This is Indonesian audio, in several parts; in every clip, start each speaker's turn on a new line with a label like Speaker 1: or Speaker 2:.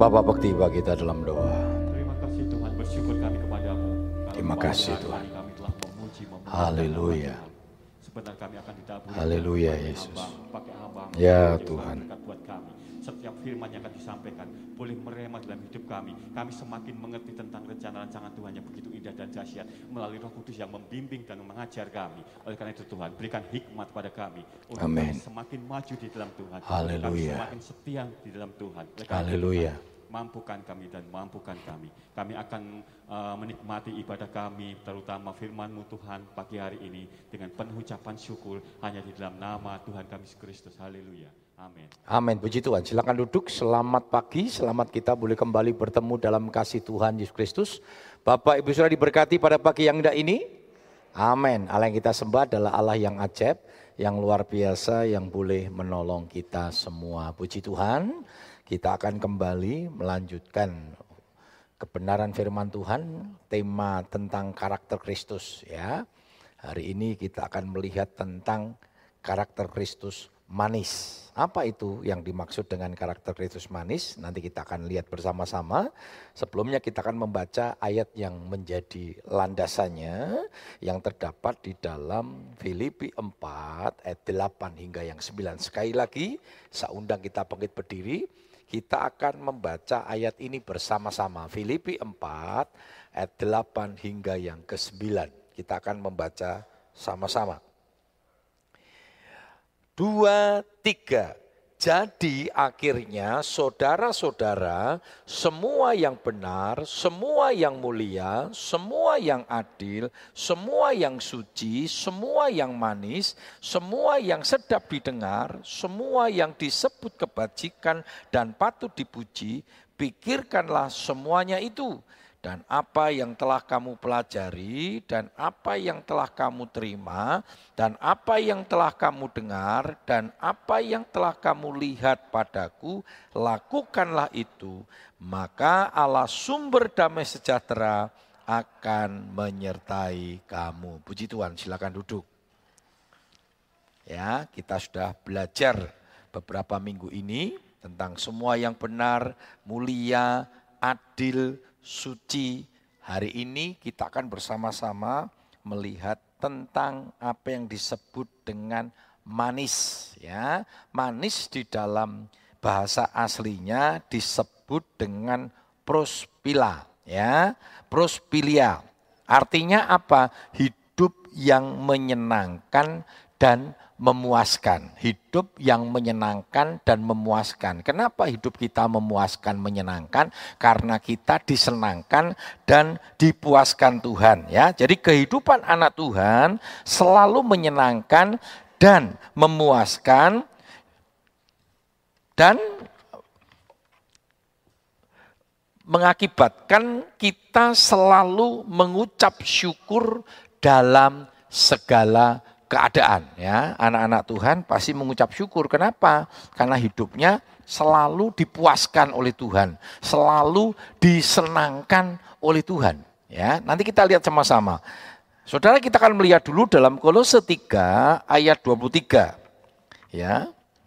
Speaker 1: Bapak bakti bagi kita dalam doa.
Speaker 2: Terima kasih Tuhan, bersyukur kami kepadamu.
Speaker 1: Terima kasih Tuhan.
Speaker 2: Kami telah memuji,
Speaker 1: Haleluya.
Speaker 2: sebentar kami akan ditaburi.
Speaker 1: Haleluya Yesus.
Speaker 2: Pakai hamba.
Speaker 1: Ya Tuhan.
Speaker 2: Buat kami. Setiap firman yang akan disampaikan boleh merema dalam hidup kami. Kami semakin mengerti tentang rencana rancangan Tuhan yang begitu indah dan dahsyat melalui Roh Kudus yang membimbing dan mengajar kami. Oleh karena itu Tuhan, berikan hikmat pada kami untuk kami semakin maju di dalam Tuhan.
Speaker 1: Haleluya.
Speaker 2: Kami semakin setia di dalam Tuhan.
Speaker 1: Haleluya.
Speaker 2: Mampukan kami dan mampukan kami. Kami akan menikmati ibadah kami, terutama firman-Mu Tuhan pagi hari ini dengan penuh ucapan syukur hanya di dalam nama Tuhan kami Yesus Kristus. Haleluya. Amin.
Speaker 1: Amin. Puji Tuhan. Silakan duduk. Selamat pagi. Selamat kita boleh kembali bertemu dalam kasih Tuhan Yesus Kristus. Bapak Ibu Saudara diberkati pada pagi yang indah ini. Amin. Allah yang kita sembah adalah Allah yang ajaib, yang luar biasa, yang boleh menolong kita semua. Puji Tuhan. Kita akan kembali melanjutkan kebenaran firman Tuhan, tema tentang karakter Kristus ya. Hari ini kita akan melihat tentang karakter Kristus manis. Apa itu yang dimaksud dengan karakter Kristus manis? Nanti kita akan lihat bersama-sama. Sebelumnya kita akan membaca ayat yang menjadi landasannya yang terdapat di dalam Filipi 4 ayat 8 hingga yang 9. Sekali lagi, saya undang kita bangkit berdiri. Kita akan membaca ayat ini bersama-sama. Filipi 4 ayat 8 hingga yang ke-9. Kita akan membaca sama-sama. 2, 3. Jadi akhirnya saudara-saudara, semua yang benar, semua yang mulia, semua yang adil, semua yang suci, semua yang manis, semua yang sedap didengar, semua yang disebut kebajikan dan patut dipuji, pikirkanlah semuanya itu. Dan apa yang telah kamu pelajari, dan apa yang telah kamu terima, dan apa yang telah kamu dengar, dan apa yang telah kamu lihat padaku, lakukanlah itu. Maka Allah sumber damai sejahtera akan menyertai kamu. Puji Tuhan, silakan duduk. Ya, kita sudah belajar beberapa minggu ini tentang semua yang benar, mulia, adil, suci. Hari ini kita akan bersama-sama melihat tentang apa yang disebut dengan manis ya. Manis di dalam bahasa aslinya disebut dengan prospila ya. Prospilia. Artinya apa? Hidup yang menyenangkan dan memuaskan. Hidup yang menyenangkan dan memuaskan. Kenapa hidup kita memuaskan, menyenangkan? Karena kita disenangkan dan dipuaskan Tuhan ya. Jadi kehidupan anak Tuhan selalu menyenangkan dan memuaskan dan mengakibatkan kita selalu mengucap syukur dalam segala keadaan ya. Anak-anak Tuhan pasti mengucap syukur. Kenapa? Karena hidupnya selalu dipuaskan oleh Tuhan, selalu disenangkan oleh Tuhan ya. Nanti kita lihat sama-sama. Saudara, kita akan melihat dulu dalam Kolose 3 ayat 23 ya.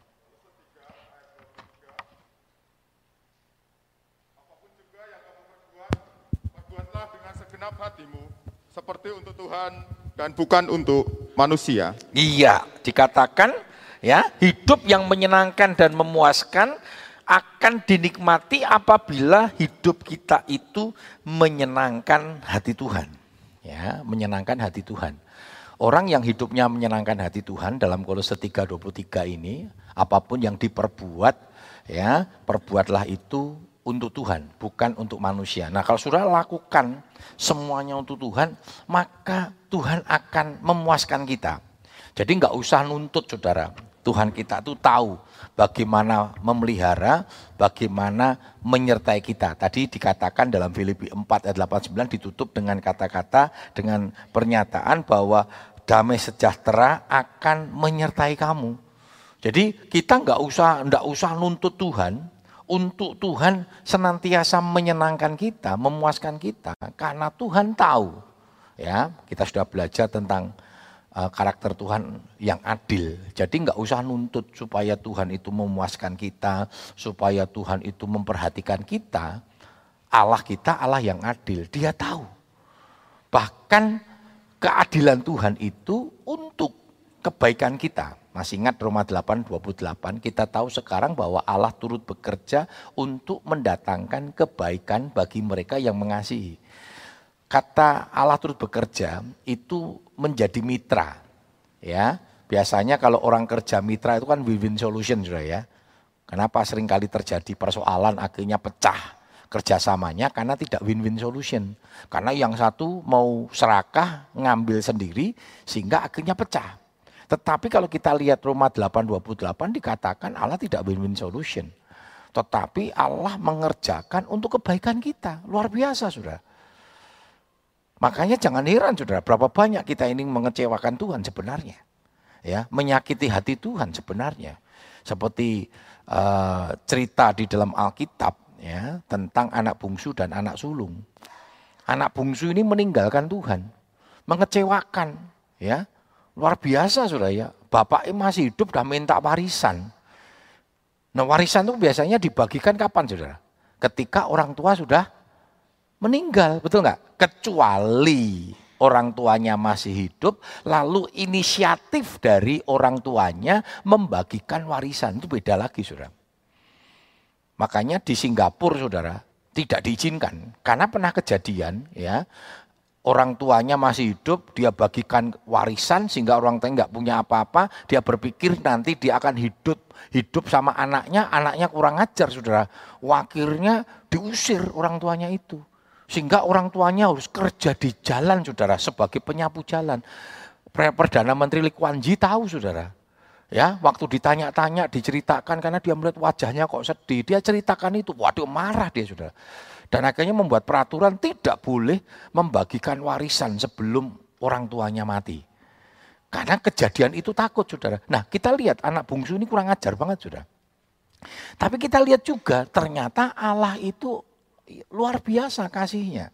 Speaker 3: Apapun juga yang kamu perbuatlah dengan segenap hatimu seperti untuk Tuhan dan bukan untuk manusia.
Speaker 1: Iya, dikatakan ya, hidup yang menyenangkan dan memuaskan akan dinikmati apabila hidup kita itu menyenangkan hati Tuhan. Ya, menyenangkan hati Tuhan. Orang yang hidupnya menyenangkan hati Tuhan dalam Kolose 3:23 ini, apapun yang diperbuat ya, perbuatlah itu untuk Tuhan, bukan untuk manusia. Nah, kalau saudara lakukan semuanya untuk Tuhan, maka Tuhan akan memuaskan kita. Jadi enggak usah nuntut saudara. Tuhan kita itu tahu bagaimana memelihara, bagaimana menyertai kita. Tadi dikatakan dalam Filipi 4 ayat 8-9 ditutup dengan kata-kata, dengan pernyataan bahwa damai sejahtera akan menyertai kamu. Jadi kita enggak usah nuntut Tuhan. Untuk Tuhan senantiasa menyenangkan kita, memuaskan kita, karena Tuhan tahu. Ya, kita sudah belajar tentang karakter Tuhan yang adil. Jadi nggak usah nuntut supaya Tuhan itu memuaskan kita, supaya Tuhan itu memperhatikan kita. Allah kita Allah yang adil, Dia tahu. Bahkan keadilan Tuhan itu untuk kebaikan kita. Masih ingat Roma 8:28, kita tahu sekarang bahwa Allah turut bekerja untuk mendatangkan kebaikan bagi mereka yang mengasihi. Kata Allah turut bekerja itu menjadi mitra. Ya, biasanya kalau orang kerja mitra itu kan win-win solution, Saudara ya. Kenapa seringkali terjadi persoalan akhirnya pecah kerjasamanya karena tidak win-win solution. Karena yang satu mau serakah ngambil sendiri sehingga akhirnya pecah. Tetapi kalau kita lihat Roma 8:28 dikatakan Allah tidak win-win solution. Tetapi Allah mengerjakan untuk kebaikan kita. Luar biasa, Saudara. Makanya jangan heran, Saudara, berapa banyak kita ini mengecewakan Tuhan sebenarnya. Ya, menyakiti hati Tuhan sebenarnya. Seperti cerita di dalam Alkitab ya, tentang anak bungsu dan anak sulung. Anak bungsu ini meninggalkan Tuhan, mengecewakan, ya. Luar biasa, Saudara ya. Bapaknya masih hidup, dah minta warisan. Nah, warisan itu biasanya dibagikan kapan, Saudara? Ketika orang tua sudah meninggal, betul nggak? Kecuali orang tuanya masih hidup, lalu inisiatif dari orang tuanya membagikan warisan, itu beda lagi, Saudara. Makanya di Singapura, Saudara, tidak diizinkan karena pernah kejadian ya. Orang tuanya masih hidup, dia bagikan warisan sehingga orang tua nggak punya apa-apa. Dia berpikir nanti dia akan hidup sama anaknya kurang ajar, Saudara. Akhirnya diusir orang tuanya itu. Sehingga orang tuanya harus kerja di jalan, Saudara, sebagai penyapu jalan. Perdana Menteri Lee Kuan Yew tahu, Saudara. Ya, waktu ditanya-tanya, diceritakan karena dia melihat wajahnya kok sedih. Dia ceritakan itu, waduh marah dia, Saudara. Dan akhirnya membuat peraturan tidak boleh membagikan warisan sebelum orang tuanya mati. Karena kejadian itu takut, Saudara. Nah, kita lihat anak bungsu ini kurang ajar banget, Saudara. Tapi kita lihat juga ternyata Allah itu luar biasa kasihnya.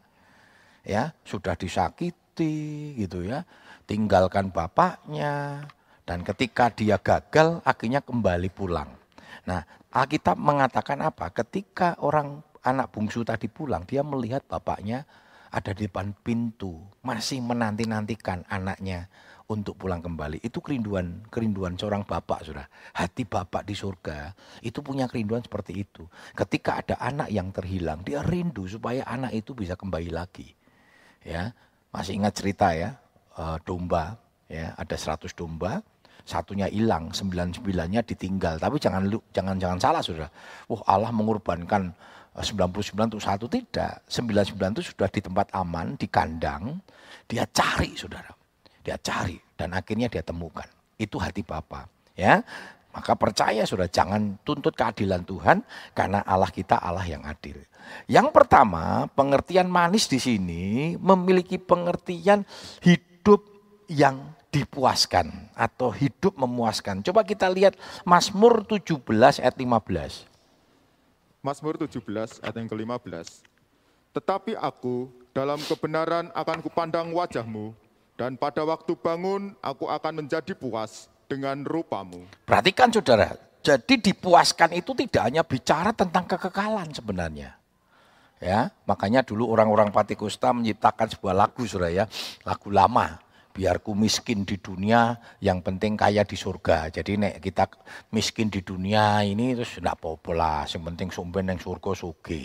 Speaker 1: Ya, sudah disakiti gitu ya. Tinggalkan bapaknya dan ketika dia gagal akhirnya kembali pulang. Nah, Alkitab mengatakan apa? Ketika anak bungsu tadi pulang, dia melihat bapaknya ada di depan pintu, masih menanti-nantikan anaknya untuk pulang kembali. Itu kerinduan seorang bapak, Saudara. Hati bapak di surga itu punya kerinduan seperti itu. Ketika ada anak yang terhilang, dia rindu supaya anak itu bisa kembali lagi. Ya, masih ingat cerita ya, domba, ya, ada 100 domba. Satunya hilang, 99-nya ditinggal. Tapi jangan salah, Saudara. Allah mengorbankan 99 untuk satu, tidak. 99 itu sudah di tempat aman, di kandang. Dia cari, Saudara. Dia cari dan akhirnya dia temukan. Itu hati Bapa, ya. Maka percaya, Saudara, jangan tuntut keadilan Tuhan karena Allah kita Allah yang adil. Yang pertama, pengertian manis di sini memiliki pengertian hidup yang dipuaskan atau hidup memuaskan. Coba kita lihat Mazmur 17 ayat 15.
Speaker 3: Mazmur 17 ayat yang ke-15. Tetapi aku dalam kebenaran akan kupandang wajahmu, dan pada waktu bangun aku akan menjadi puas dengan rupamu.
Speaker 1: Perhatikan, Saudara, jadi dipuaskan itu tidak hanya bicara tentang kekekalan sebenarnya. Ya, makanya dulu orang-orang Patikusta menciptakan sebuah lagu, Saudara ya, lagu lama. Biarku miskin di dunia, yang penting kaya di surga. Jadi nek kita miskin di dunia ini terus enggak apa-apa lah, yang penting sumben yang surga sugih.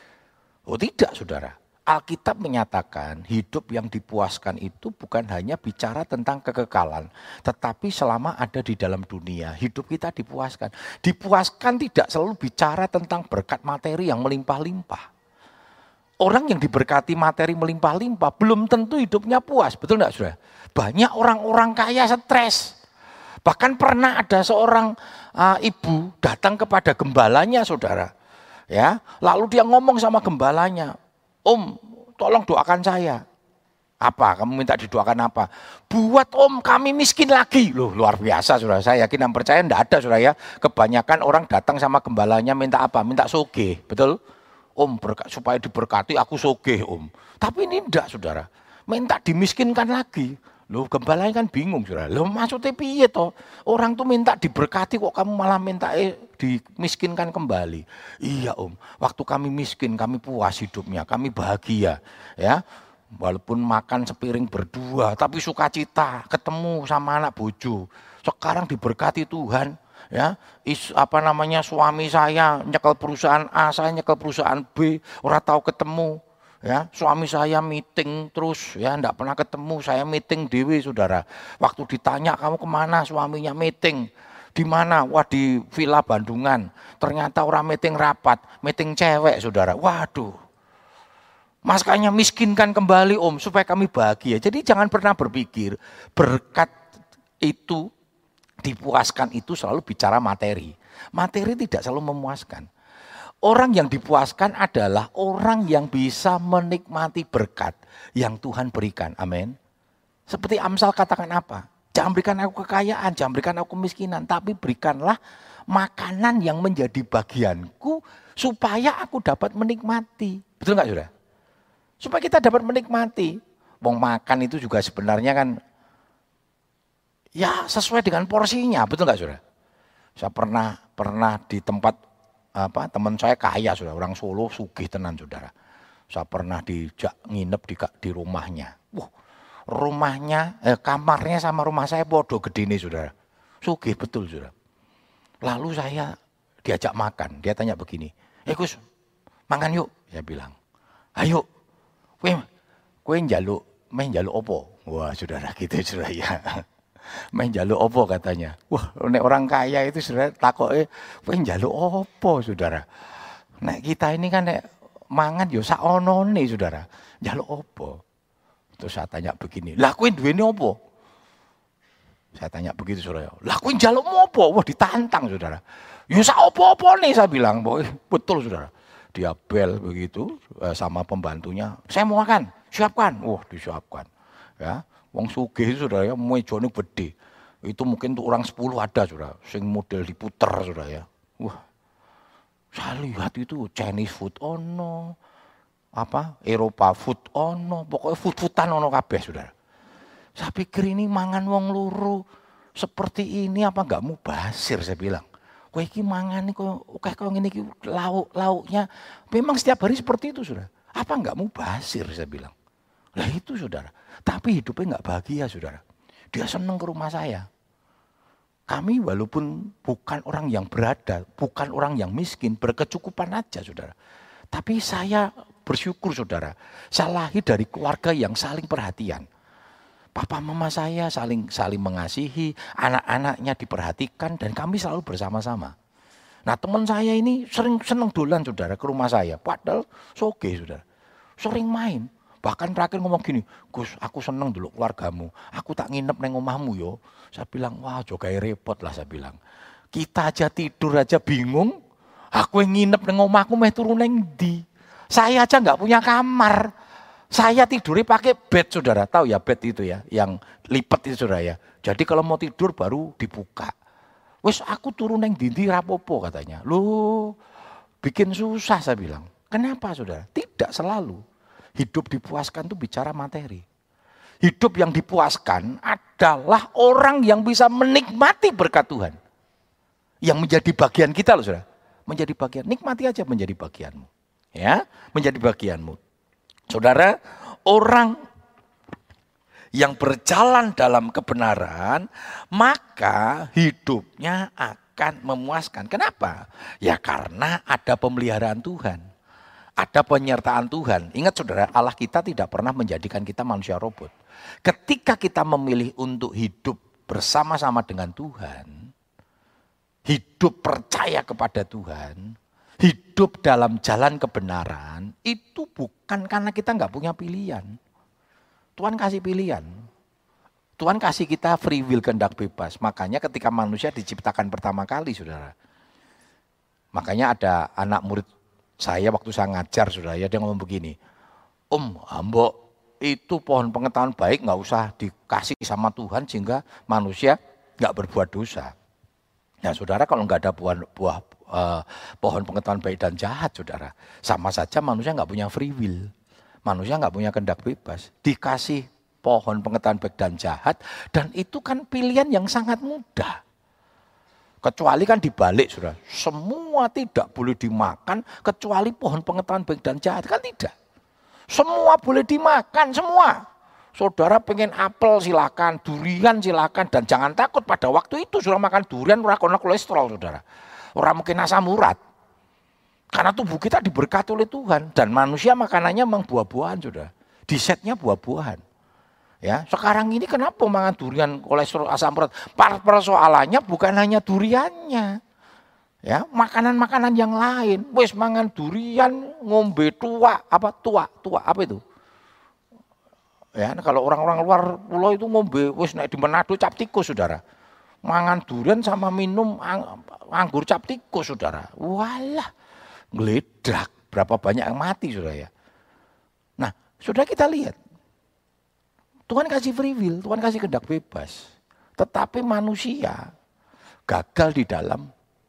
Speaker 1: Oh tidak, Saudara. Alkitab menyatakan hidup yang dipuaskan itu bukan hanya bicara tentang kekekalan, tetapi selama ada di dalam dunia, hidup kita dipuaskan. Dipuaskan tidak selalu bicara tentang berkat materi yang melimpah-limpah. Orang yang diberkati materi melimpah-limpah belum tentu hidupnya puas, betul enggak, Saudara? Banyak orang-orang kaya stres. Bahkan pernah ada seorang ibu datang kepada gembalanya, Saudara. Ya, lalu dia ngomong sama gembalanya, "Om, tolong doakan saya." Apa? Kamu minta didoakan apa? "Buat Om kami miskin lagi." Loh, luar biasa, Saudara. Saya yakin dan percaya enggak ada, Saudara ya. Kebanyakan orang datang sama gembalanya minta apa? Minta sugih, betul? "Om, supaya diberkati aku sugih, Om." Tapi ini enggak, Saudara. Minta dimiskinkan lagi. Loh gembala kan bingung saudara. Loh maksudnya piye toh? Orang tuh minta diberkati kok kamu malah minta dimiskinkan kembali. Iya Om, waktu kami miskin kami puas hidupnya, kami bahagia ya. Walaupun makan sepiring berdua, tapi sukacita ketemu sama anak bojo. Sekarang diberkati Tuhan ya. Suami saya nyekel perusahaan A, saya nyekel perusahaan B, ora tahu ketemu. Ya, suami saya meeting terus, ya, enggak pernah ketemu. Saya meeting dewe, saudara. Waktu ditanya kamu kemana, suaminya meeting. Di mana? Wah di Villa Bandungan. Ternyata orang meeting rapat, meeting cewek, saudara. Waduh. Makanya miskinkan kembali Om supaya kami bahagia. Jadi jangan pernah berpikir berkat itu dipuaskan itu selalu bicara materi. Materi tidak selalu memuaskan. Orang yang dipuaskan adalah orang yang bisa menikmati berkat yang Tuhan berikan. Amin. Seperti Amsal katakan apa? Jangan berikan aku kekayaan, jangan berikan aku kemiskinan. Tapi berikanlah makanan yang menjadi bagianku supaya aku dapat menikmati. Betul nggak saudara? Supaya kita dapat menikmati. Wong makan itu juga sebenarnya kan ya sesuai dengan porsinya. Betul nggak saudara? Saya pernah di tempat teman saya kaya sudah, orang Solo sugih tenan saudara. Saya pernah nginep di rumahnya. Rumahnya, kamarnya sama rumah saya bodoh gede nih saudara. Sugih betul saudara. Lalu saya diajak makan, dia tanya begini, Gus, makan yuk. Saya bilang, ayo, kue njaluk opo? Wah saudara gitu saudara ya. Main njaluk opo katanya. Wah, nek orang kaya itu saudara takoke, kowe njaluk opo saudara? Nek kita ini kan nek mangan yo sak onone saudara. Njaluk opo? Terus saya tanya begini, lah kowe duweni opo? Saya tanya begitu saudara. Lah kowe njaluk opo? Wah, ditantang saudara. Yo sak opo-opone saya bilang, betul saudara. Dia bel begitu sama pembantunya, saya mau makan, siapkan. Wah, disiapkan. Ya. Wong sugih saudara ya, mejane gede. Itu mungkin untuk orang 10 ada saudara, sing model diputer saudara ya. Wah, saya lihat itu Chinese food ono, Eropa food ono, pokoknya food-foodan ono kabeh saudara. Saya pikir ini mangan wong loro seperti ini apa enggak mubazir saya bilang. Kowe iki mangan iki kok ngene iki lauknya memang setiap hari seperti itu saudara. Apa enggak mubazir saya bilang. Lah itu saudara. Tapi hidupnya enggak bahagia saudara. Dia senang ke rumah saya. Kami walaupun bukan orang yang berada, bukan orang yang miskin, berkecukupan aja saudara. Tapi saya bersyukur saudara. Saya lahir dari keluarga yang saling perhatian. Papa mama saya saling mengasihi, anak-anaknya diperhatikan dan kami selalu bersama-sama. Nah teman saya ini sering senang dolan saudara ke rumah saya. Padahal soge saudara. Sering main. Bahkan terakhir ngomong gini, Gus aku seneng dulu keluargamu, aku tak nginep neng omahmu yo. Saya bilang, wah jogai repot lah saya bilang. Kita aja tidur aja bingung, aku yang nginep neng omahku meh turun neng di. Saya aja nggak punya kamar, saya tidurnya pakai bed saudara, tahu ya bed itu ya, yang lipat itu saudara ya. Jadi kalau mau tidur baru dibuka. Wes aku turun neng dindi rapopo katanya. Loh bikin susah saya bilang. Kenapa saudara? Tidak selalu. Hidup dipuaskan itu bicara materi. Hidup yang dipuaskan adalah orang yang bisa menikmati berkat Tuhan. Yang menjadi bagian kita loh saudara. Menjadi bagian, nikmati aja menjadi bagianmu. Ya, menjadi bagianmu. Saudara, orang yang berjalan dalam kebenaran, maka hidupnya akan memuaskan. Kenapa? Ya karena ada pemeliharaan Tuhan. Ada penyertaan Tuhan. Ingat saudara, Allah kita tidak pernah menjadikan kita manusia robot. Ketika kita memilih untuk hidup bersama-sama dengan Tuhan, hidup percaya kepada Tuhan, hidup dalam jalan kebenaran, itu bukan karena kita nggak punya pilihan. Tuhan kasih pilihan. Tuhan kasih kita free will, kehendak bebas. Makanya ketika manusia diciptakan pertama kali saudara. Makanya ada anak murid saya waktu saya ngajar saudara ya, dia ngomong begini, Mbok itu pohon pengetahuan baik nggak usah dikasih sama Tuhan sehingga manusia nggak berbuat dosa. Nah saudara kalau nggak ada pohon pengetahuan baik dan jahat saudara, sama saja manusia nggak punya free will, manusia nggak punya kehendak bebas. Dikasih pohon pengetahuan baik dan jahat, dan itu kan pilihan yang sangat mudah. Kecuali kan dibalik, Saudara. Semua tidak boleh dimakan kecuali pohon pengetahuan baik dan jahat, kan tidak. Semua boleh dimakan, semua. Saudara pengen apel silakan, durian silakan, dan jangan takut pada waktu itu sudah makan durian ora kena kolesterol, Saudara. Orang mungkin asam urat. Karena tubuh kita diberkati oleh Tuhan, dan manusia makanannya memang buah-buahan, Saudara. Disetnya buah-buahan. Ya, sekarang ini kenapa makan durian kolesterol asam urat? Persoalannya bukan hanya duriannya. Ya, makanan-makanan yang lain. Wis mangan durian, ngombe tua apa itu? Ya, kalau orang-orang luar pulau itu ngombe wis naik di Manado cap tikus, Saudara. Mangan durian sama minum anggur cap tikus, Saudara. Walah, ngeledak, berapa banyak yang mati, Saudara ya. Nah, Saudara kita lihat. Tuhan kasih free will, Tuhan kasih kehendak bebas. Tetapi manusia gagal di dalam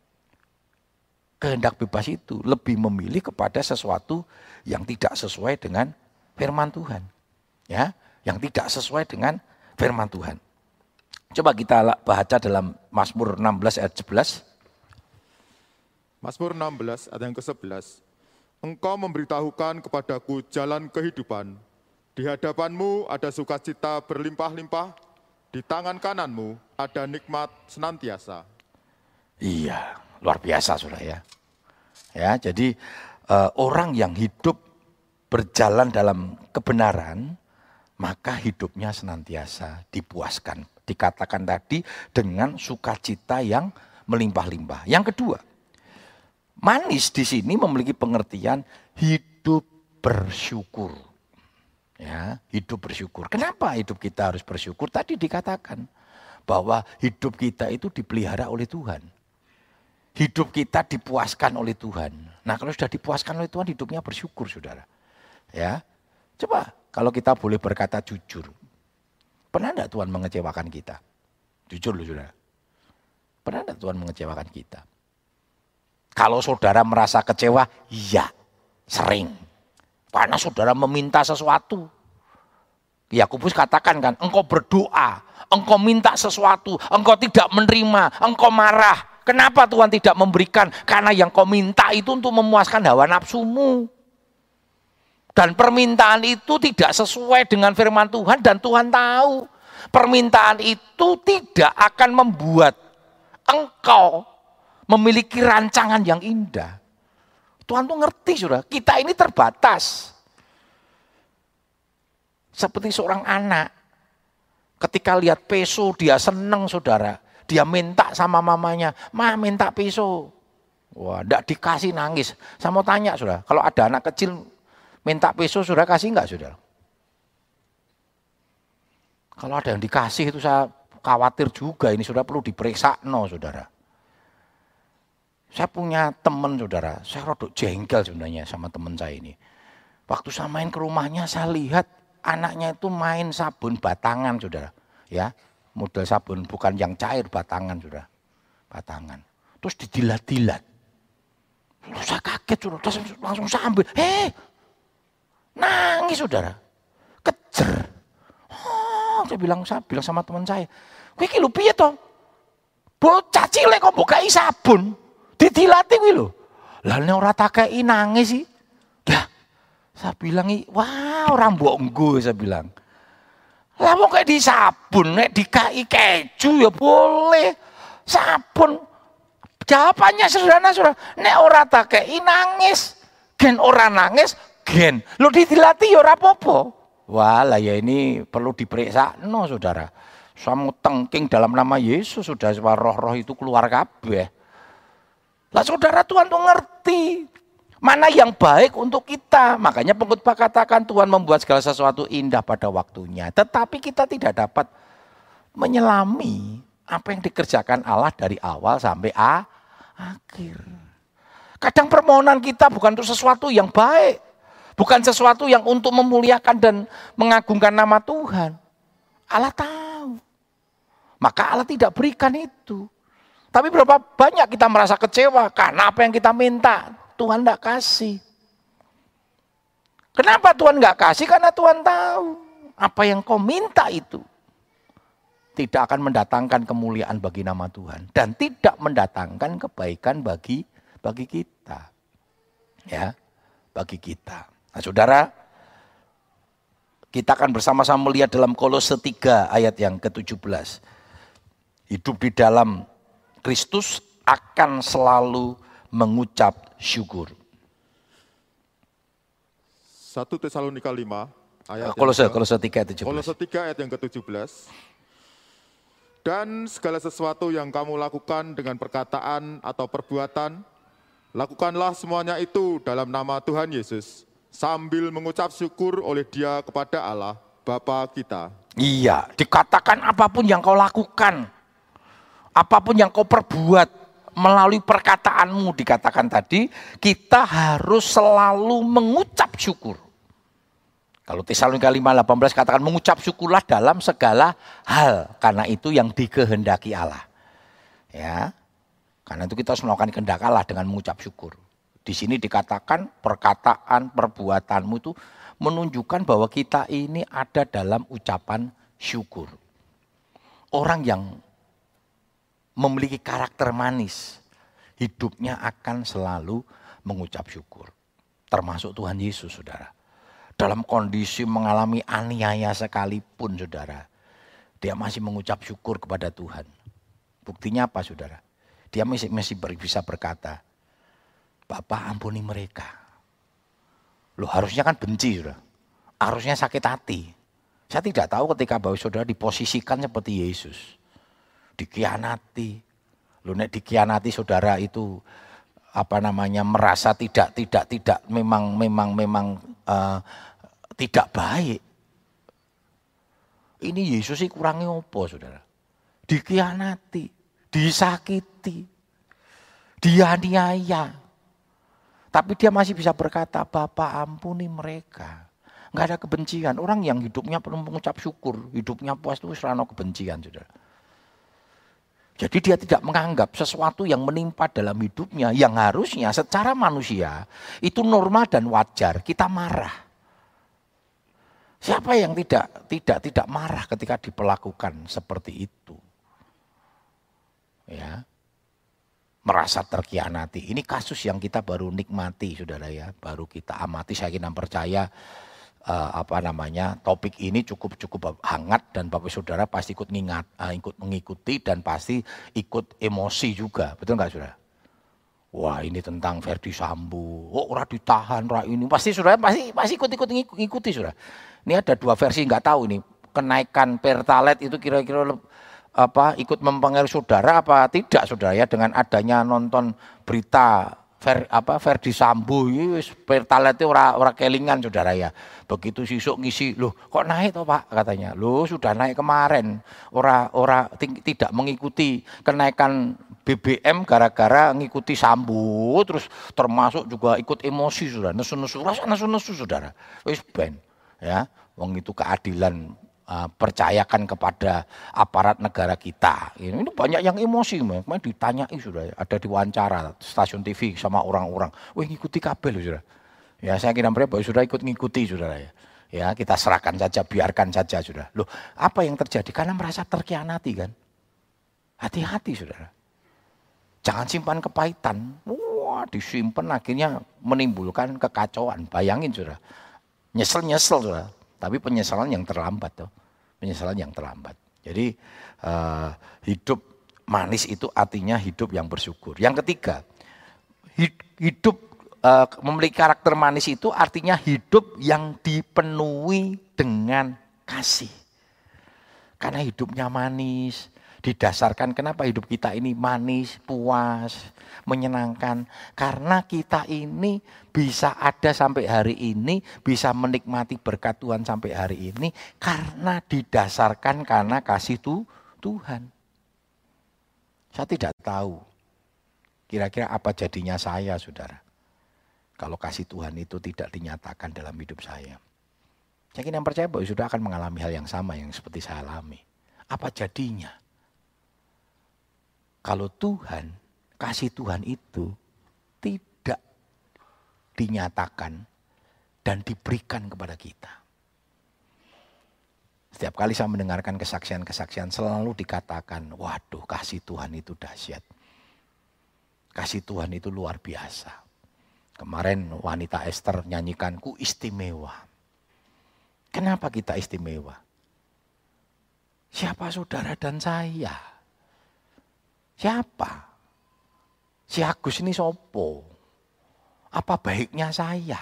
Speaker 1: kehendak bebas itu. Lebih memilih kepada sesuatu yang tidak sesuai dengan firman Tuhan. Ya, yang tidak sesuai dengan firman Tuhan. Coba kita baca dalam Mazmur 16 ayat 11.
Speaker 3: Mazmur 16 ayat yang ke-11. Engkau memberitahukan kepadaku jalan kehidupan. Di hadapanmu ada sukacita berlimpah-limpah, di tangan kananmu ada nikmat senantiasa.
Speaker 1: Iya, luar biasa, Saudara ya. Ya, jadi orang yang hidup berjalan dalam kebenaran, maka hidupnya senantiasa dipuaskan. Dikatakan tadi dengan sukacita yang melimpah-limpah. Yang kedua, manis di sini memiliki pengertian hidup bersyukur. Ya, hidup bersyukur. Kenapa hidup kita harus bersyukur? Tadi dikatakan bahwa hidup kita itu dipelihara oleh Tuhan. Hidup kita dipuaskan oleh Tuhan. Nah, kalau sudah dipuaskan oleh Tuhan, hidupnya bersyukur, Saudara. Ya, coba kalau kita boleh berkata jujur. Pernah enggak Tuhan mengecewakan kita? Jujur loh, Saudara. Pernah enggak Tuhan mengecewakan kita? Kalau saudara merasa kecewa, iya, sering. Karena saudara meminta sesuatu. Yakobus katakan kan, engkau berdoa, engkau minta sesuatu, engkau tidak menerima, engkau marah. Kenapa Tuhan tidak memberikan? Karena yang kau minta itu untuk memuaskan hawa nafsumu. Dan permintaan itu tidak sesuai dengan firman Tuhan, dan Tuhan tahu. Permintaan itu tidak akan membuat engkau memiliki rancangan yang indah. Tuhan tuh ngerti, Saudara, kita ini terbatas. Seperti seorang anak, ketika lihat peso dia seneng, Saudara. Dia minta sama mamanya, "Ma, minta peso." Wah, enggak dikasih, nangis. Saya mau tanya, Saudara, kalau ada anak kecil minta peso, Saudara kasih enggak, Saudara? Kalau ada yang dikasih itu saya khawatir juga, ini Saudara perlu diperiksa, Saudara. Saya punya teman, Saudara, saya rodok jengkel sebenarnya sama teman saya ini. Waktu saya main ke rumahnya, saya lihat anaknya itu main sabun batangan, Saudara. Ya, model sabun bukan yang cair, batangan, Saudara. Batangan. Terus didilat-dilat. Terus saya kaget, Saudara, terus langsung saya ambil. Nangis, Saudara. Kejer. Saya bilang sama teman saya, "Kowe iki lho piye to? Bocah cilik kok mbok kai sabun?" Didilati kuwi lho. Lah nek ora tak kei nangis sih. Lah, saya bilang, "Wah, ora mbok nggo," saya bilang. Lah wong kayak di sabun, nek dikai keju ya boleh. Sabun. Jawabannya sederhana, Saudara. Nek ora tak kei nangis, gen ora nangis, gen. Lho didilati ya ora apa-apa. Wah, lah ya ini perlu diperiksa, Saudara. Samu tengking dalam nama Yesus, sudah roh-roh itu keluar kabeh. Lah Saudara, Tuhan tuh ngerti mana yang baik untuk kita. Makanya pengkhotbah katakan Tuhan membuat segala sesuatu indah pada waktunya. Tetapi kita tidak dapat menyelami apa yang dikerjakan Allah dari awal sampai akhir. Kadang permohonan kita bukan untuk sesuatu yang baik. Bukan sesuatu yang untuk memuliakan dan mengagungkan nama Tuhan. Allah tahu. Maka Allah tidak berikan itu. Tapi berapa banyak kita merasa kecewa karena apa yang kita minta, Tuhan tidak kasih. Kenapa Tuhan nggak kasih? Karena Tuhan tahu apa yang kau minta itu tidak akan mendatangkan kemuliaan bagi nama Tuhan dan tidak mendatangkan kebaikan bagi kita. Ya, bagi kita. Nah, Saudara, kita akan bersama-sama melihat dalam Kolose 3 ayat yang ke-17. Hidup di dalam Kristus akan selalu mengucap syukur.
Speaker 3: 1 Tesalonika 5 ayat
Speaker 1: Kolose 3 ayat 17.
Speaker 3: Kolose 3 ayat yang ke-17. Dan segala sesuatu yang kamu lakukan dengan perkataan atau perbuatan, lakukanlah semuanya itu dalam nama Tuhan Yesus, sambil mengucap syukur oleh Dia kepada Allah, Bapa kita.
Speaker 1: Iya, dikatakan apapun yang kau lakukan, apapun yang kau perbuat, melalui perkataanmu dikatakan tadi, kita harus selalu mengucap syukur. Kalau Tesalonika 5:18 katakan mengucap syukurlah dalam segala hal, karena itu yang dikehendaki Allah. Ya. Karena itu kita harus melakukan kehendak Allah dengan mengucap syukur. Di sini dikatakan perkataan, perbuatanmu itu menunjukkan bahwa kita ini ada dalam ucapan syukur. Orang yang memiliki karakter manis, hidupnya akan selalu mengucap syukur. Termasuk Tuhan Yesus, saudara. Dalam kondisi mengalami aniaya sekalipun, saudara, dia masih mengucap syukur kepada Tuhan. Buktinya apa, saudara? Dia masih bisa berkata, Bapa ampuni mereka. Loh, harusnya kan benci, saudara. Harusnya sakit hati. Saya tidak tahu ketika bahwa saudara diposisikan seperti Yesus. Dikhianati. Loh, nek dikhianati saudara itu merasa tidak memang tidak baik. Ini Yesus sih kurangnya apa, saudara? Dikhianati, disakiti, dianiaya. Tapi dia masih bisa berkata, Bapa ampuni mereka. Enggak ada kebencian. Orang yang hidupnya penuh mengucap syukur, hidupnya puas itu serana kebencian, saudara. Jadi dia tidak menganggap sesuatu yang menimpa dalam hidupnya yang harusnya secara manusia itu normal dan wajar, kita marah. Siapa yang tidak marah ketika diperlakukan seperti itu? Ya. Merasa terkhianati. Ini kasus yang kita baru nikmati, saudara ya, baru kita amati. Saya kira percaya topik ini cukup hangat dan Bapak Saudara pasti ikut mengikuti dan pasti ikut emosi juga, betul nggak, saudara? Wah, ini tentang Ferdi Sambo. Oh, orang ditahan, orang ini pasti saudara pasti ikut ngikuti, saudara. Ini ada dua versi, nggak tahu nih kenaikan pertalite itu kira-kira ikut mempengaruhi saudara apa tidak, saudara ya, dengan adanya nonton berita Ferdi Sambo wis pertalite ora kelingan, saudara ya. Begitu sisuk ngisi, loh kok naik toh Pak, katanya. Loh sudah naik kemarin. Tidak mengikuti kenaikan BBM gara-gara ngikuti Sambo, terus termasuk juga ikut emosi, saudara. Nesu-nesu saudara. Wis ben ya, wong itu keadilan. Percayakan kepada aparat negara kita. Ini banyak yang emosi, kemarin ditanyai, sudah ada diwawancara stasiun TV sama orang-orang. Wih, ngikuti kabel, saudara. Ya, saya kira mereka sudah ikut ngikuti, saudara ya. Ya, kita serahkan saja, biarkan saja, saudara. Loh, apa yang terjadi? Karena merasa terkhianati kan. Hati-hati, saudara. Jangan simpan kepahitan. Wah, disimpan akhirnya menimbulkan kekacauan. Bayangin, saudara. Nyesel, saudara. Tapi penyesalan yang terlambat tuh. Penyesalan yang terlambat. Jadi hidup manis itu artinya hidup yang bersyukur. Yang ketiga, hidup memiliki karakter manis itu artinya hidup yang dipenuhi dengan kasih. Karena hidupnya manis, didasarkan kenapa hidup kita ini manis, puas, menyenangkan. Karena kita ini bisa ada sampai hari ini, bisa menikmati berkat Tuhan sampai hari ini, karena didasarkan karena kasih Tuhan. Saya tidak tahu kira-kira apa jadinya saya, saudara, kalau kasih Tuhan itu tidak dinyatakan dalam hidup saya. Saya yang percaya bahwa sudah akan mengalami hal yang sama yang seperti saya alami. Apa jadinya? Kalau Tuhan, kasih Tuhan itu tidak dinyatakan dan diberikan kepada kita. Setiap kali saya mendengarkan kesaksian-kesaksian selalu dikatakan, waduh kasih Tuhan itu dahsyat. Kasih Tuhan itu luar biasa. Kemarin wanita Esther nyanyikan, ku istimewa. Kenapa kita istimewa? Siapa saudara dan saya? Siapa? Si Agus ini sopo? Apa baiknya saya?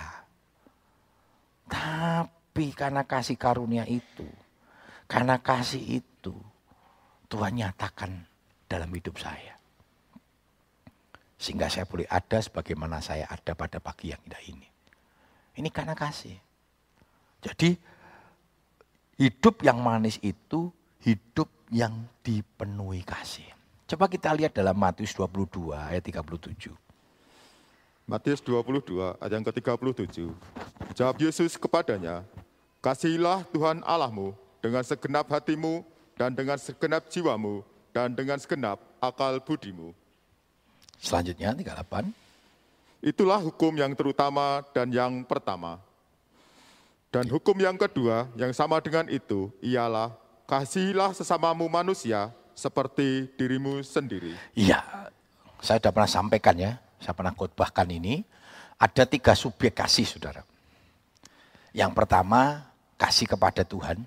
Speaker 1: Tapi karena kasih karunia itu, karena kasih itu, Tuhan nyatakan dalam hidup saya. Sehingga saya boleh ada sebagaimana saya ada pada pagi yang indah ini. Ini karena kasih. Jadi hidup yang manis itu hidup yang dipenuhi kasih. Coba kita lihat dalam Matius 22 ayat 37.
Speaker 3: Matius 22 ayat yang ke-37. Jawab Yesus kepadanya, kasihilah Tuhan Allahmu dengan segenap hatimu dan dengan segenap jiwamu dan dengan segenap akal budimu.
Speaker 1: Selanjutnya 38.
Speaker 3: Itulah hukum yang terutama dan yang pertama. Dan hukum yang kedua yang sama dengan itu ialah kasihilah sesamamu manusia seperti dirimu sendiri.
Speaker 1: Iya, saya sudah pernah sampaikan ya, saya pernah khotbahkan ini. Ada 3 subjek kasih saudara. Yang pertama kasih kepada Tuhan.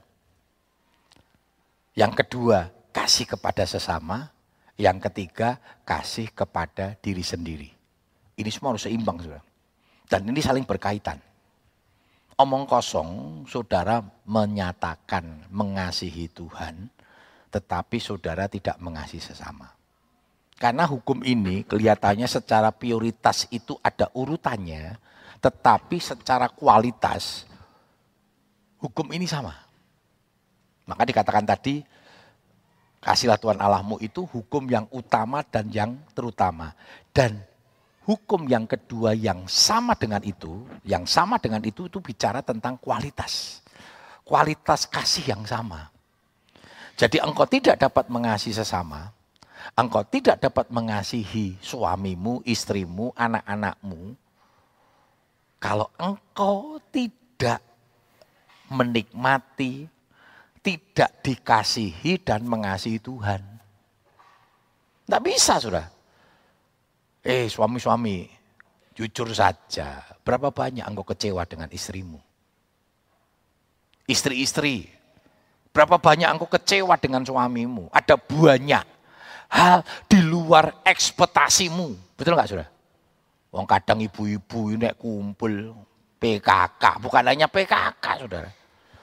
Speaker 1: Yang kedua kasih kepada sesama. Yang ketiga, kasih kepada diri sendiri. Ini semua harus seimbang, saudara. Dan ini saling berkaitan. Omong kosong, saudara menyatakan mengasihi Tuhan, tetapi saudara tidak mengasihi sesama. Karena hukum ini kelihatannya secara prioritas itu ada urutannya, tetapi secara kualitas, hukum ini sama. Maka dikatakan tadi, kasihlah Tuhan Allahmu itu hukum yang utama dan yang terutama. Dan hukum yang kedua yang sama dengan itu itu bicara tentang kualitas. Kualitas kasih yang sama. Jadi engkau tidak dapat mengasihi sesama, engkau tidak dapat mengasihi suamimu, istrimu, anak-anakmu, kalau engkau tidak menikmati, tidak dikasihi dan mengasihi Tuhan. Tidak bisa sudah. Suami-suami, jujur saja, berapa banyak engkau kecewa dengan istrimu? Istri-istri, berapa banyak engkau kecewa dengan suamimu? Ada banyak hal di luar ekspektasimu. Betul enggak sudah? Wong kadang ibu-ibu ini kumpul PKK, bukan hanya PKK saudara.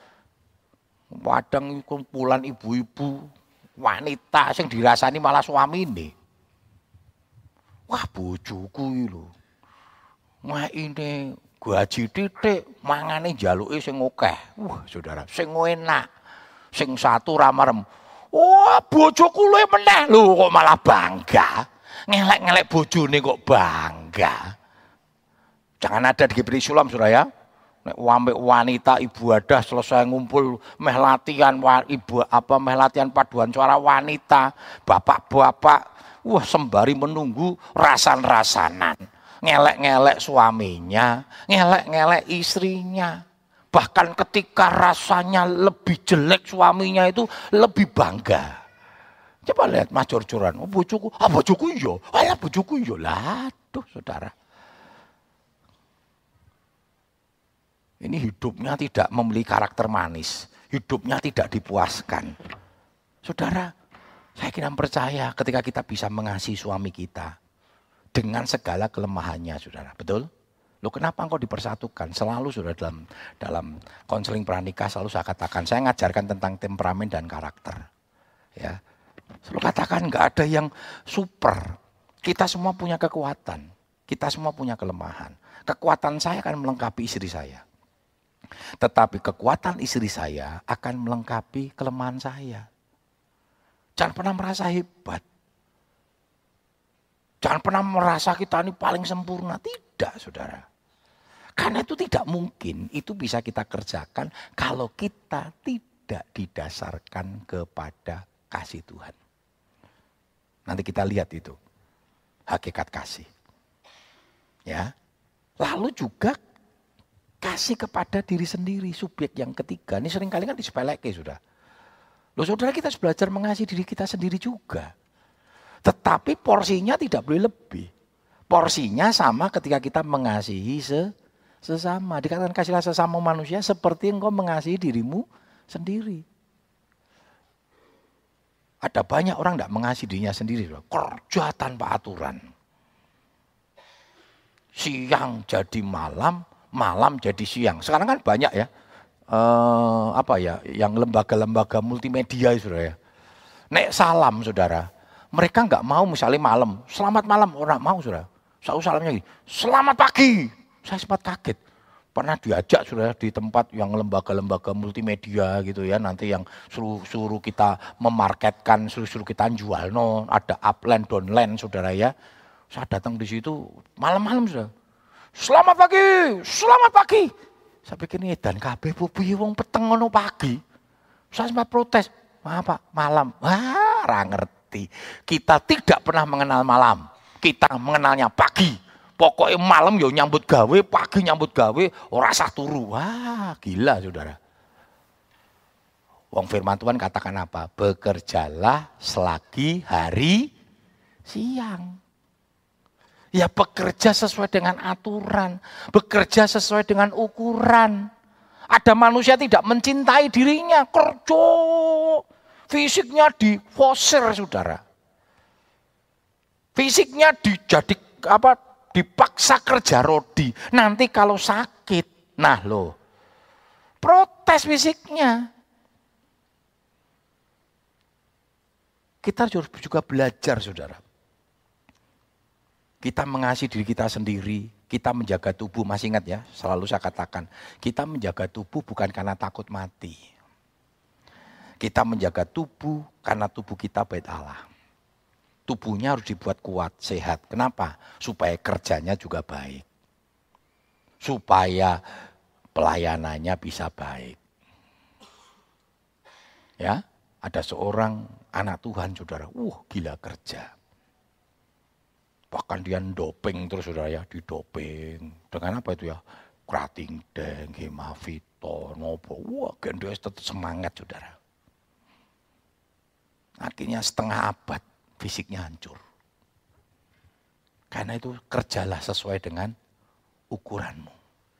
Speaker 1: Kadang kumpulan ibu-ibu, wanita yang dirasani malah suami ini. Wah bojoku iki lho. Wah ini gaji titik, mangane njaluke sing akeh. Wah saudara, sing enak, sing satu ra marem. Wah bojoku luwih meneh lho kok malah bangga. Ngelek-ngelek bojone kok bangga. Jangan ada di Gibri Sulam saudara ya. Nek wanita ibadah selesai ngumpul meh latihan meh latihan paduan suara wanita, bapak-bapak wah sembari menunggu rasan-rasanan, ngelek-ngelek suaminya, ngelek-ngelek istrinya. Bahkan ketika rasanya lebih jelek suaminya itu lebih bangga. Coba lihat Mas Jor-joran, bojoku iya, alah bojoku iya. Lah, tuh saudara. Ini hidupnya tidak memiliki karakter manis. Hidupnya tidak dipuaskan. Saudara, saya kira percaya ketika kita bisa mengasihi suami kita. Dengan segala kelemahannya, saudara. Betul? Loh kenapa engkau dipersatukan? Selalu sudah dalam konseling pranikah selalu saya katakan. Saya ngajarkan tentang temperamen dan karakter. Ya, selalu katakan nggak ada yang super. Kita semua punya kekuatan. Kita semua punya kelemahan. Kekuatan saya akan melengkapi istri saya. Tetapi kekuatan istri saya akan melengkapi kelemahan saya. Jangan pernah merasa hebat. Jangan pernah merasa kita ini paling sempurna. Tidak, saudara. Karena itu tidak mungkin. Itu bisa kita kerjakan kalau kita tidak didasarkan kepada kasih Tuhan. Nanti kita lihat itu. Hakikat kasih. Ya. Lalu juga kasih kasih kepada diri sendiri, subjek yang ketiga. Ini seringkali kan disepelekan sudah. Loh saudara, kita harus belajar mengasihi diri kita sendiri juga. Tetapi porsinya tidak boleh lebih. Porsinya sama ketika kita mengasihi sesama. Dikatakan kasihlah sesama manusia seperti engkau mengasihi dirimu sendiri. Ada banyak orang tidak mengasihi dirinya sendiri. Kerja tanpa aturan. Siang jadi malam, malam jadi siang. Sekarang kan banyak ya, yang lembaga-lembaga multimedia saudara ya. Nek salam saudara, mereka nggak mau misalnya malam, selamat malam, orang mau saudara. Saya salamnya gini, selamat pagi. Saya sempat kaget. Pernah diajak saudara di tempat yang lembaga-lembaga multimedia gitu ya, nanti yang suruh kita memarketkan, suruh kita jual, ada upline, downline saudara ya. Saya datang di situ malam-malam saudara. Selamat pagi, selamat pagi. Saya pikir ini dan kabeh bubi wong peteng ngono pagi. Saya sempat protes, Pak, malam. Wah, ora ngerti. Kita tidak pernah mengenal malam. Kita mengenalnya pagi. Pokoknya malam yo nyambut gawe, pagi nyambut gawe, ora sah turu. Wah, gila saudara. Wong firman Tuhan katakan apa? Bekerjalah selagi hari siang. Ya bekerja sesuai dengan aturan, bekerja sesuai dengan ukuran. Ada manusia tidak mencintai dirinya, kerja, fisiknya difoser saudara. Fisiknya dipaksa kerja rodi. Nanti kalau sakit, nah loh, protes fisiknya. Kita harus juga belajar saudara. Kita mengasihi diri kita sendiri, kita menjaga tubuh, masih ingat ya, selalu saya katakan, kita menjaga tubuh bukan karena takut mati. Kita menjaga tubuh karena tubuh kita bait Allah. Tubuhnya harus dibuat kuat, sehat. Kenapa? Supaya kerjanya juga baik. Supaya pelayanannya bisa baik. Ya, ada seorang anak Tuhan saudara, gila kerja. Bahkan dia doping terus saudara ya, didoping. Dengan apa itu ya? Krating deng, hemavito, nopo. Dia tetap semangat saudara. Akhirnya setengah abad fisiknya hancur. Karena itu kerjalah sesuai dengan ukuranmu.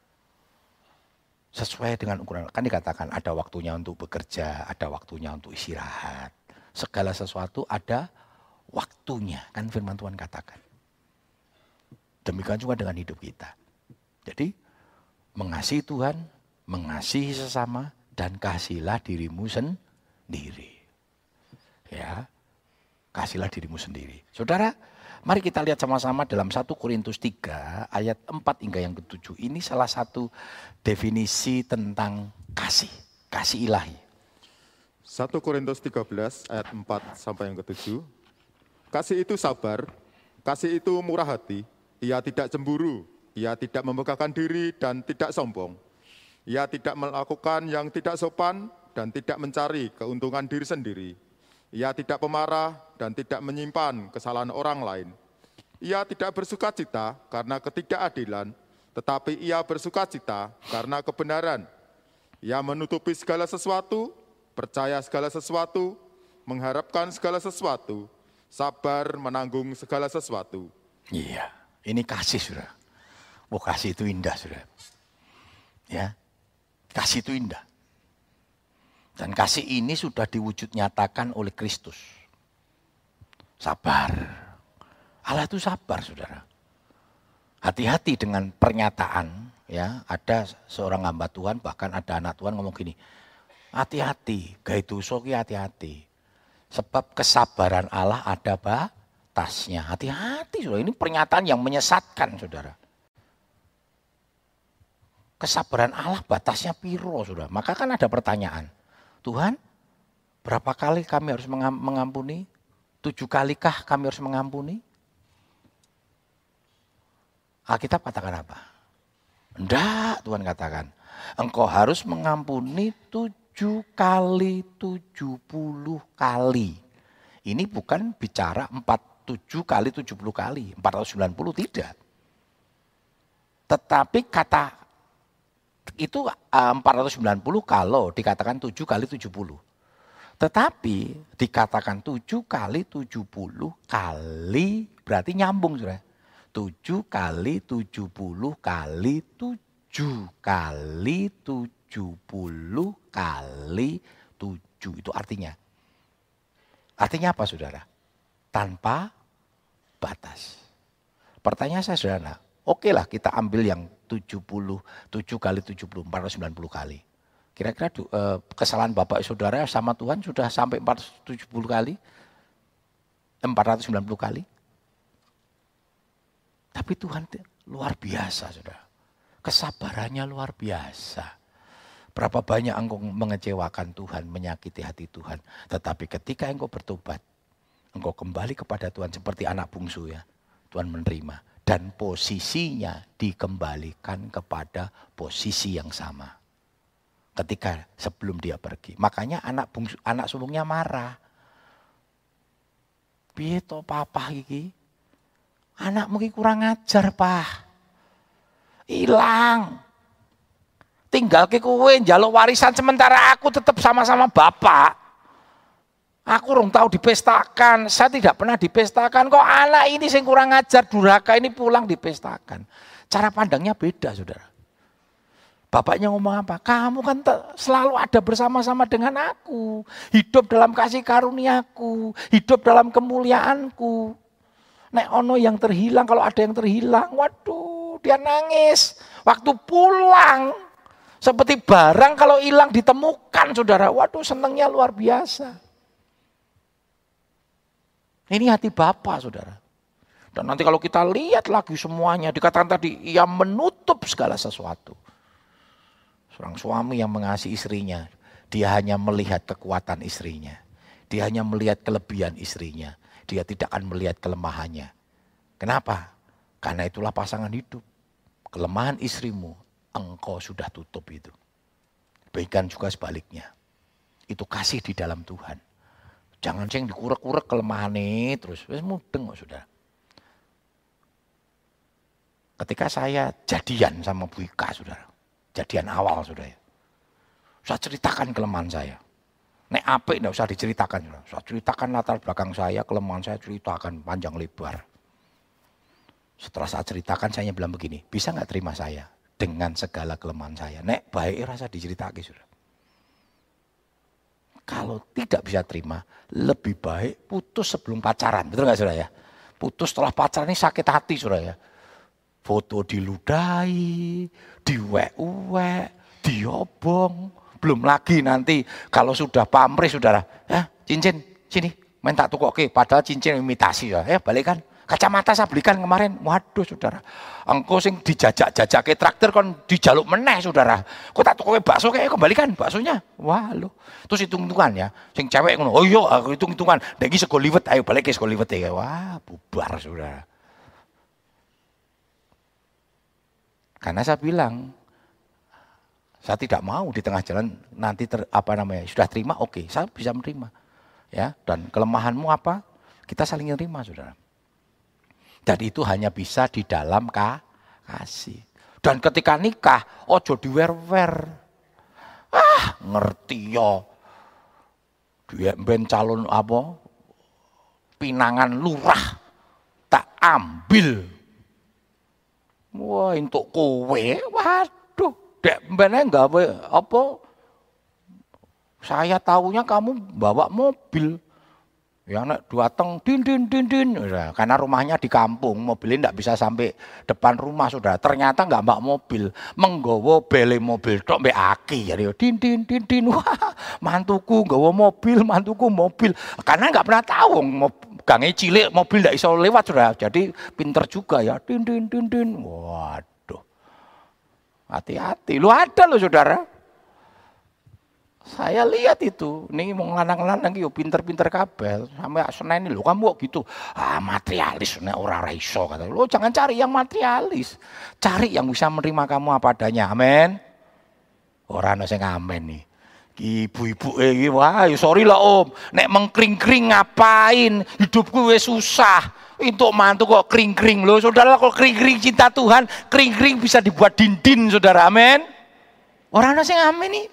Speaker 1: Sesuai dengan ukuran. Kan dikatakan ada waktunya untuk bekerja, ada waktunya untuk istirahat. Segala sesuatu ada waktunya. Kan firman Tuhan katakan. Demikian juga dengan hidup kita. Jadi mengasihi Tuhan, mengasihi sesama, dan kasihlah dirimu sendiri. Ya, kasihlah dirimu sendiri. Saudara, mari kita lihat sama-sama dalam 1 Korintus 3 ayat 4 hingga yang ke-7. Ini salah satu definisi tentang kasih, kasih ilahi.
Speaker 3: 1 Korintus 13 ayat 4 sampai yang ke-7. Kasih itu sabar, kasih itu murah hati, ia tidak cemburu, ia tidak membanggakan diri dan tidak sombong. Ia tidak melakukan yang tidak sopan dan tidak mencari keuntungan diri sendiri. Ia tidak pemarah dan tidak menyimpan kesalahan orang lain. Ia tidak bersukacita karena ketidakadilan, tetapi ia bersukacita karena kebenaran. Ia menutupi segala sesuatu, percaya segala sesuatu, mengharapkan segala sesuatu, sabar menanggung segala sesuatu.
Speaker 1: Iya. Ini kasih saudara. Kasih itu indah saudara. Ya, kasih itu indah. Dan kasih ini sudah diwujud nyatakan oleh Kristus. Sabar. Allah itu sabar saudara. Hati-hati dengan pernyataan. Ya, ada seorang hamba Tuhan, bahkan ada anak Tuhan ngomong gini. Hati-hati, gaitusoki hati-hati. Sebab kesabaran Allah ada batasnya. Hati-hati saudara, ini pernyataan yang menyesatkan saudara. Kesabaran Allah batasnya piro saudara. Maka kan ada pertanyaan. Tuhan, berapa kali kami harus mengampuni? 7 kalikah kami harus mengampuni? Alkitab katakan apa? Enggak, Tuhan katakan. Engkau harus mengampuni 7 kali 70 kali. Ini bukan bicara 7 kali 70 kali, 490 tidak. Tetapi kata itu 490 kalau dikatakan 7 kali 70. Tetapi dikatakan 7 kali 70 kali berarti nyambung sudah. 7 kali 70 kali 7 kali 70 kali 7 itu artinya. Artinya apa saudara? Tanpa batas. Pertanyaan saya saudara, oke lah kita ambil yang 7 kali 70, 490 kali. Kira-kira kesalahan Bapak Saudara sama Tuhan sudah sampai 470 kali? 490 kali? Tapi Tuhan luar biasa saudara. Kesabarannya luar biasa. Berapa banyak engkau mengecewakan Tuhan, menyakiti hati Tuhan. Tetapi ketika engkau bertobat, engkau kembali kepada Tuhan seperti anak bungsu ya. Tuhan menerima. Dan posisinya dikembalikan kepada posisi yang sama. Ketika sebelum dia pergi. Makanya anak sulungnya marah. Piye to papa iki? Anakmu iki kurang ajar, Pak. Hilang. Tinggal ke kowe njaluk warisan sementara aku tetap sama-sama bapak. Aku rung tahu dipestakan, saya tidak pernah dipestakan. Kok anak ini sing kurang ajar, durhaka ini pulang dipestakan. Cara pandangnya beda, saudara. Bapaknya ngomong apa? Kamu kan selalu ada bersama-sama dengan aku. Hidup dalam kasih karuniaku. Hidup dalam kemuliaanku. Nek ono yang terhilang, kalau ada yang terhilang, waduh dia nangis. Waktu pulang, seperti barang kalau hilang ditemukan saudara. Waduh senangnya luar biasa. Ini hati Bapa saudara. Dan nanti kalau kita lihat lagi semuanya, dikatakan tadi, ia menutup segala sesuatu. Seorang suami yang mengasihi istrinya, dia hanya melihat kekuatan istrinya. Dia hanya melihat kelebihan istrinya. Dia tidak akan melihat kelemahannya. Kenapa? Karena itulah pasangan hidup. Kelemahan istrimu, engkau sudah tutup itu. Baikkan juga sebaliknya. Itu kasih di dalam Tuhan. Jangan sing dikurek-kurek kelemahannya terus. Wis mudeng kok saudara. Ketika saya jadian sama Bu Ika saudara. Jadian awal saudara. Saya ceritakan kelemahan saya. Nek apik enggak usah diceritakan. Saya ceritakan latar belakang saya, kelemahan saya ceritakan panjang lebar. Setelah saya ceritakan saya bilang begini, bisa enggak terima saya dengan segala kelemahan saya? Nek baik rasa diceritakan saudara. Kalau tidak bisa terima, lebih baik putus sebelum pacaran. Betul enggak saudara ya? Putus setelah pacaran ini sakit hati saudara ya. Foto diludahi, diwek-wek, diobong. Belum lagi nanti kalau sudah pamrih saudara. Cincin, sini, main tak tukoke. Padahal cincin imitasi ya. Balikan. Kacamata saya belikan kemarin. Waduh saudara. Engkau sing dijajak-jajak ke traktor kon dijaluk meneh saudara. Kok tak tukoke bakso kayak kembalikan baksonya. Wah loh. Terus hitung-hitungan ya. Sing cewek ngono. Oh iya aku hitung-hitungan. Nek iki sego liwet ayo balik ke sego liwet ya. Wah bubar saudara. Karena saya bilang, saya tidak mau di tengah jalan nanti sudah terima, oke, saya bisa menerima. Ya, dan kelemahanmu apa? Kita saling menerima, saudara. Dan itu hanya bisa di dalam kasih. Dan ketika nikah, ojo diwer-wer. Ngerti ya. Dia ben calon pinangan lurah tak ambil. Wah, untuk kowe, waduh, dek mbene gawe apa? Saya tahunya kamu bawa mobil. Ya nek datang din. Karena rumahnya di kampung, mobilnya enggak bisa sampai depan rumah sudah. Ternyata enggak mbak mobil, menggawa bele mobil tok mbek aki. Jadi din. Wah, mantuku nggawa mobil, mantuku mobil. Karena enggak pernah tahu gange cilik mobil enggak iso lewat sudah. Jadi pinter juga ya. Din. Waduh. Hati-hati. Lu ada loh saudara. Saya lihat itu. Nih mau lanang-lanang yo pinter-pinter kabel. Sampai Senen ini lo kamu kok gitu. Materialis nek ora iso kata. Lo jangan cari yang materialis. Cari yang bisa menerima kamu apa adanya. Amin. Ora ono sing amen nih. Ibu-ibu iki wah sorry lah Om. Nek mengkring-kring ngapain? Hidupku wis susah. Untuk mantu kok kring-kring loh. Saudara kok kring-kring cinta Tuhan, kring-kring bisa dibuat din-din saudara. Amin. Orang ana sing amin nih.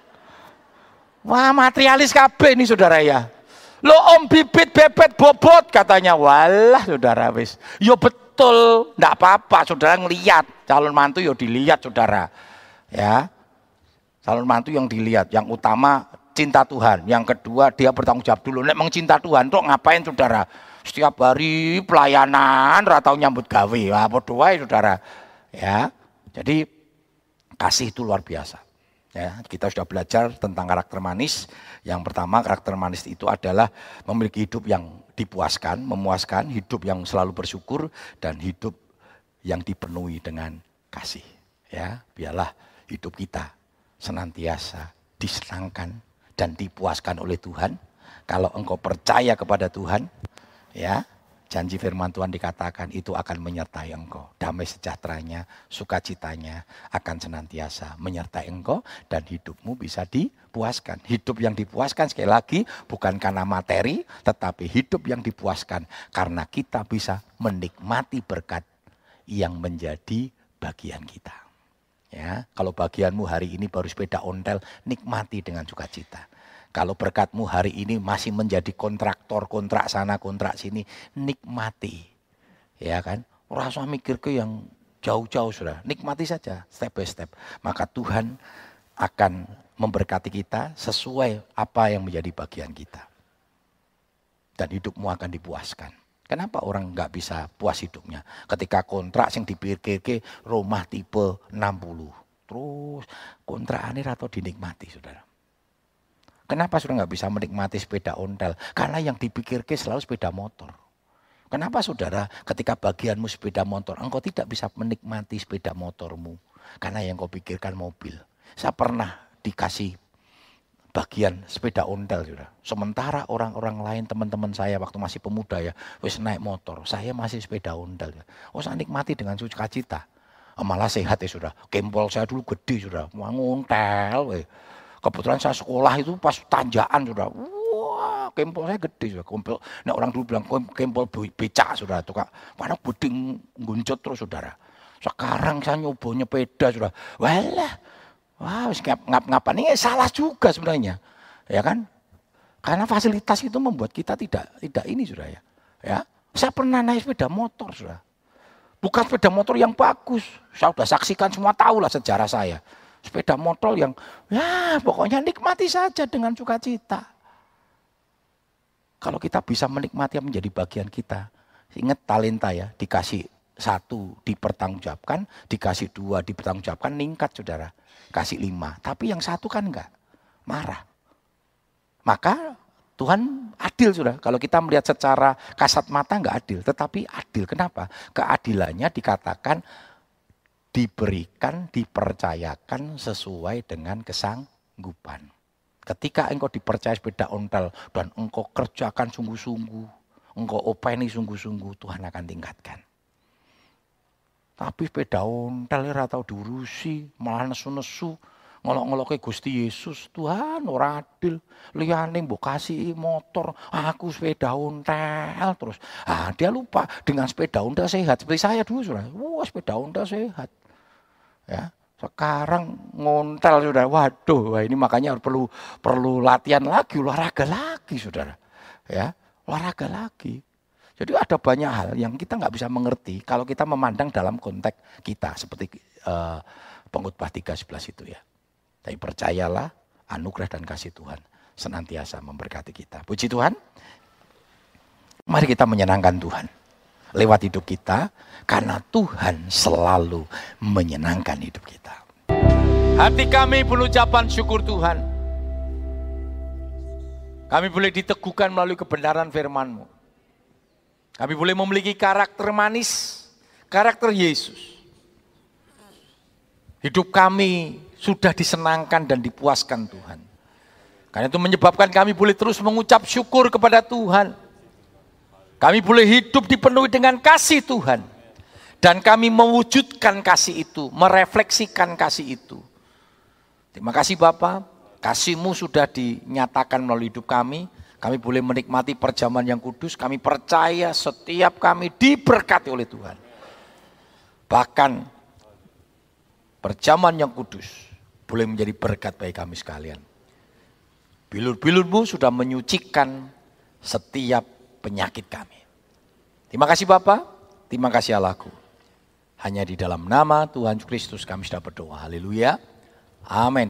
Speaker 1: Wah, materialis kabeh nih saudara ya. Lo om bibit bebet bobot katanya. Walah saudara wis. Yo betul, ndak apa-apa saudara ngelihat. Calon mantu yo dilihat saudara. Ya. Calon mantu yang dilihat, yang utama cinta Tuhan. Yang kedua dia bertanggung jawab dulu. Nek mencinta Tuhan tuh ngapain saudara? Setiap hari pelayanan, ratau nyambut gawe. Wah, padha wae saudara. Ya. Jadi kasih itu luar biasa. Ya, kita sudah belajar tentang karakter manis. Yang pertama, karakter manis itu adalah memiliki hidup yang dipuaskan, memuaskan, hidup yang selalu bersyukur, dan hidup yang dipenuhi dengan kasih. Ya, biarlah hidup kita senantiasa disenangkan dan dipuaskan oleh Tuhan. Kalau engkau percaya kepada Tuhan, ya, janji firman Tuhan dikatakan itu akan menyertai engkau. Damai sejahteranya, sukacitanya akan senantiasa menyertai engkau dan hidupmu bisa dipuaskan. Hidup yang dipuaskan sekali lagi bukan karena materi, tetapi hidup yang dipuaskan karena kita bisa menikmati berkat yang menjadi bagian kita. Ya, kalau bagianmu hari ini baru sepeda ontel, nikmati dengan sukacita. Kalau berkatmu hari ini masih menjadi kontraktor, kontrak sana, kontrak sini, nikmati. Ya kan? Ora usah mikir ke yang jauh-jauh sudah. Nikmati saja step by step. Maka Tuhan akan memberkati kita sesuai apa yang menjadi bagian kita. Dan hidupmu akan dipuaskan. Kenapa orang nggak bisa puas hidupnya? Ketika kontrak yang dipikir rumah tipe 60. Terus kontrak ini atau dinikmati saudara. Kenapa saudara nggak bisa menikmati sepeda ontel? Karena yang dipikirkan selalu sepeda motor. Kenapa saudara ketika bagianmu sepeda motor, engkau tidak bisa menikmati sepeda motormu? Karena yang kau pikirkan mobil. Saya pernah dikasih bagian sepeda ontel saudara. Sementara orang-orang lain, teman-teman saya waktu masih pemuda ya, wis naik motor. Saya masih sepeda ontel ya. Oh, saya nikmati dengan sukacita. Malah sehat ya saudara. Kempol saya dulu gede saudara. Mau ngontel. Kebetulan saya sekolah itu pas tanjakan sudah, wah kempol saya gede sudah, kempol. Nah orang dulu bilang kempol becak sudah, tuh kak, mana buding guncut terus saudara. Sekarang saya nyoba nyepeda sudah, walah, wah ngap-ngapan ini salah juga sebenarnya, ya kan? Karena fasilitas itu membuat kita tidak ini sudah ya. Ya, saya pernah naik sepeda motor sudah, bukan sepeda motor yang bagus, saya sudah saksikan semua tahu lah sejarah saya. Sepeda motor yang ya pokoknya nikmati saja dengan sukacita. Kalau kita bisa menikmati yang menjadi bagian kita. Ingat talenta ya, dikasih 1 dipertanggungjawabkan, dikasih 2 dipertanggungjawabkan, ningkat saudara. Kasih 5, tapi yang 1 kan enggak, marah. Maka Tuhan adil sudah. Kalau kita melihat secara kasat mata enggak adil, tetapi adil. Kenapa? Keadilannya dikatakan diberikan, dipercayakan sesuai dengan kesanggupan. Ketika engkau dipercaya sepeda ontel dan engkau kerjakan sungguh-sungguh, engkau openi sungguh-sungguh, Tuhan akan tingkatkan. Tapi sepeda ontel ora tau diurusi, malah nesu-nesu, ngolok-ngoloke Gusti Yesus, Tuhan ora adil. Liyane mbok kasih motor, aku sepeda ontel terus. Dia lupa dengan sepeda ontel sehat. Seperti saya dulu sudah, wah sepeda ontel sehat. Ya, sekarang ngontel sudah, waduh, wah ini makanya perlu latihan lagi, olahraga lagi saudara, ya, olahraga lagi. Jadi ada banyak hal yang kita nggak bisa mengerti kalau kita memandang dalam konteks kita seperti Pengkhotbah 3:11 itu ya. Tapi percayalah anugerah dan kasih Tuhan senantiasa memberkati kita. Puji Tuhan. Mari kita menyenangkan Tuhan lewat hidup kita, karena Tuhan selalu menyenangkan hidup kita. Hati kami penuh ucapan syukur Tuhan. Kami boleh diteguhkan melalui kebenaran firman-Mu. Kami boleh memiliki karakter manis, karakter Yesus. Hidup kami sudah disenangkan dan dipuaskan Tuhan. Karena itu menyebabkan kami boleh terus mengucap syukur kepada Tuhan. Kami boleh hidup dipenuhi dengan kasih Tuhan. Dan kami mewujudkan kasih itu, merefleksikan kasih itu. Terima kasih Bapa, kasih-Mu sudah dinyatakan melalui hidup kami. Kami boleh menikmati perjamuan yang kudus, kami percaya setiap kami diberkati oleh Tuhan. Bahkan perjamuan yang kudus boleh menjadi berkat bagi kami sekalian. Bilur-bilur-Mu sudah menyucikan setiap penyakit kami. Terima kasih Bapa, terima kasih Allahku. Hanya di dalam nama Tuhan Yesus Kristus kami sudah berdoa. Haleluya. Amin.